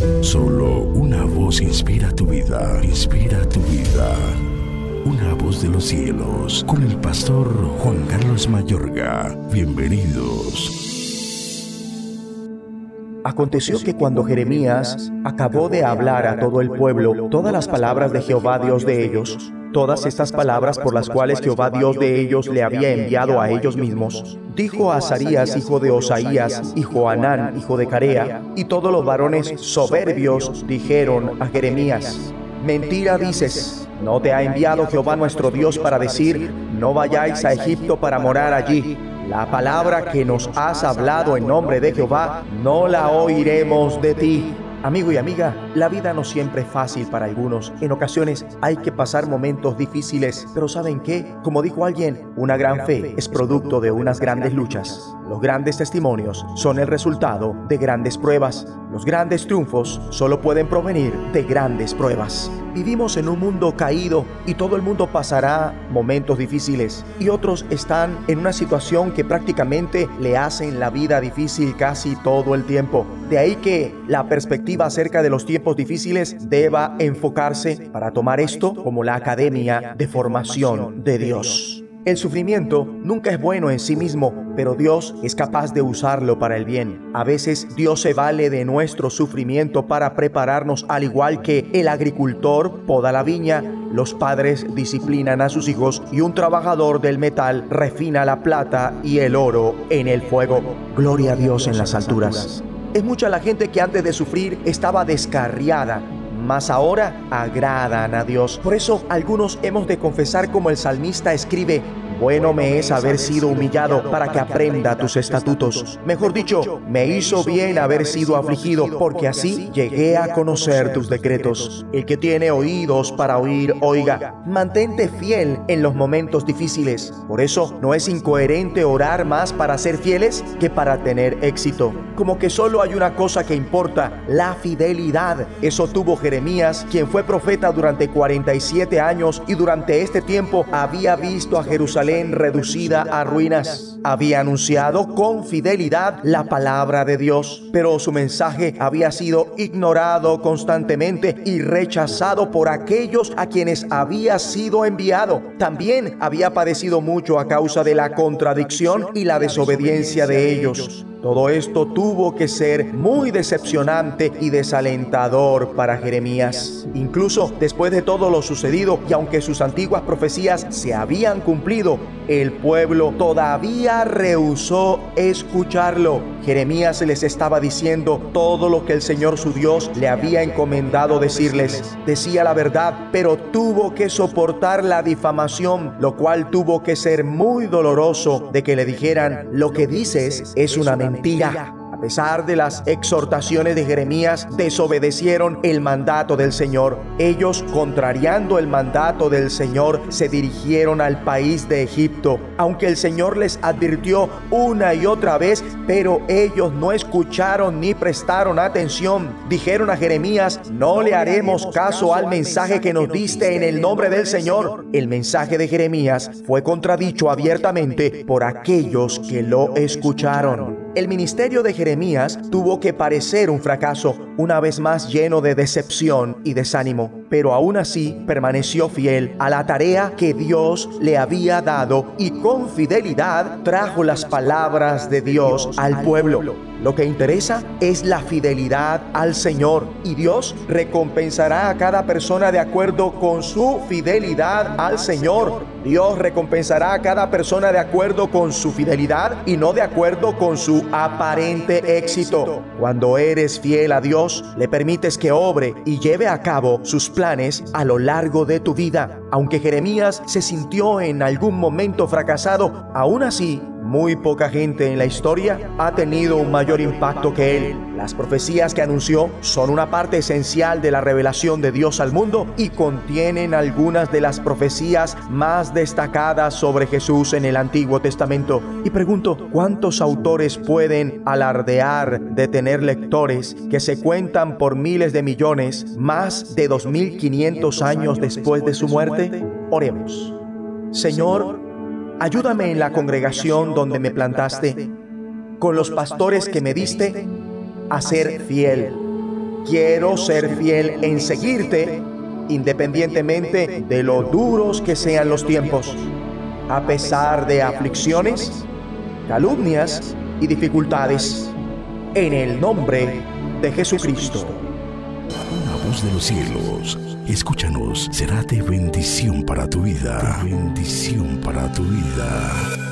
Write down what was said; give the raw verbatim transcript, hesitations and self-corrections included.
Solo una voz inspira tu vida, inspira tu vida. Una voz de los cielos, con el pastor Juan Carlos Mayorga. Bienvenidos. Aconteció que cuando Jeremías acabó de hablar a todo el pueblo todas las palabras de Jehová Dios de ellos, todas estas palabras por las cuales Jehová Dios de ellos le había enviado a ellos mismos, dijo a Azarías hijo de Osaías y Johanán hijo de Carea, y todos los varones soberbios dijeron a Jeremías: mentira dices, ¿no te ha enviado Jehová nuestro Dios para decir, no vayáis a Egipto para morar allí? La palabra que nos has hablado en nombre de Jehová, no la oiremos de ti. Amigo y amiga, la vida no siempre es fácil para algunos. En ocasiones hay que pasar momentos difíciles, pero ¿saben qué? Como dijo alguien, una gran fe es producto de unas grandes luchas. Los grandes testimonios son el resultado de grandes pruebas. Los grandes triunfos solo pueden provenir de grandes pruebas. Vivimos en un mundo caído y todo el mundo pasará momentos difíciles, y otros están en una situación que prácticamente le hacen la vida difícil casi todo el tiempo. De ahí que la perspectiva acerca de los tiempos difíciles deba enfocarse para tomar esto como la academia de formación de Dios. El sufrimiento nunca es bueno en sí mismo, pero Dios es capaz de usarlo para el bien. A veces Dios se vale de nuestro sufrimiento para prepararnos, al igual que el agricultor poda la viña, los padres disciplinan a sus hijos y un trabajador del metal refina la plata y el oro en el fuego. Gloria a Dios en las alturas. Es mucha la gente que antes de sufrir estaba descarriada, mas ahora agradan a Dios. Por eso algunos hemos de confesar, como el salmista escribe: bueno me es haber sido humillado para que aprenda tus estatutos. Mejor dicho, me hizo bien haber sido afligido, porque así llegué a conocer tus decretos. El que tiene oídos para oír, oiga. Mantente fiel en los momentos difíciles. Por eso no es incoherente orar más para ser fieles que para tener éxito. Como que solo hay una cosa que importa: la fidelidad. Eso tuvo Jeremías, quien fue profeta durante cuarenta y siete años, y durante este tiempo había visto a Jerusalén reducida a ruinas. Había anunciado con fidelidad la palabra de Dios, pero su mensaje había sido ignorado constantemente y rechazado por aquellos a quienes había sido enviado. También había padecido mucho a causa de la contradicción y la desobediencia de ellos. Todo esto tuvo que ser muy decepcionante y desalentador para Jeremías. Incluso después de todo lo sucedido, y aunque sus antiguas profecías se habían cumplido, el pueblo todavía rehusó escucharlo. Jeremías les estaba diciendo todo lo que el Señor su Dios le había encomendado decirles. Decía la verdad, pero tuvo que soportar la difamación, lo cual tuvo que ser muy doloroso, de que le dijeran: lo que dices es una mentira. Mentira. A pesar de las exhortaciones de Jeremías, desobedecieron el mandato del Señor. Ellos, contrariando el mandato del Señor, se dirigieron al país de Egipto. Aunque el Señor les advirtió una y otra vez, pero ellos no escucharon ni prestaron atención. Dijeron a Jeremías: no le haremos caso al mensaje que nos diste en el nombre del Señor. El mensaje de Jeremías fue contradicho abiertamente por aquellos que lo escucharon. El ministerio de Jeremías tuvo que parecer un fracaso, una vez más lleno de decepción y desánimo, pero aún así permaneció fiel a la tarea que Dios le había dado y con fidelidad trajo las palabras de Dios al pueblo. Lo que interesa es la fidelidad al Señor, y Dios recompensará a cada persona de acuerdo con su fidelidad al Señor. Dios recompensará a cada persona de acuerdo con su fidelidad y no de acuerdo con su aparente éxito. Cuando eres fiel a Dios, le permites que obre y lleve a cabo sus planes a lo largo de tu vida. Aunque Jeremías se sintió en algún momento fracasado, aún así, muy poca gente en la historia ha tenido un mayor impacto que él. Las profecías que anunció son una parte esencial de la revelación de Dios al mundo y contienen algunas de las profecías más destacadas sobre Jesús en el Antiguo Testamento. Y pregunto, ¿cuántos autores pueden alardear de tener lectores que se cuentan por miles de millones más de dos mil quinientos años después de su muerte? Oremos. Señor, ayúdame en la congregación donde me plantaste, con los pastores que me diste, a ser fiel. quiero ser fiel en seguirte, independientemente de lo duros que sean los tiempos, a pesar de aflicciones, calumnias y dificultades, en el nombre de Jesucristo. Una voz de los cielos, escúchanos, será de bendición para tu vida. De bendición para tu vida.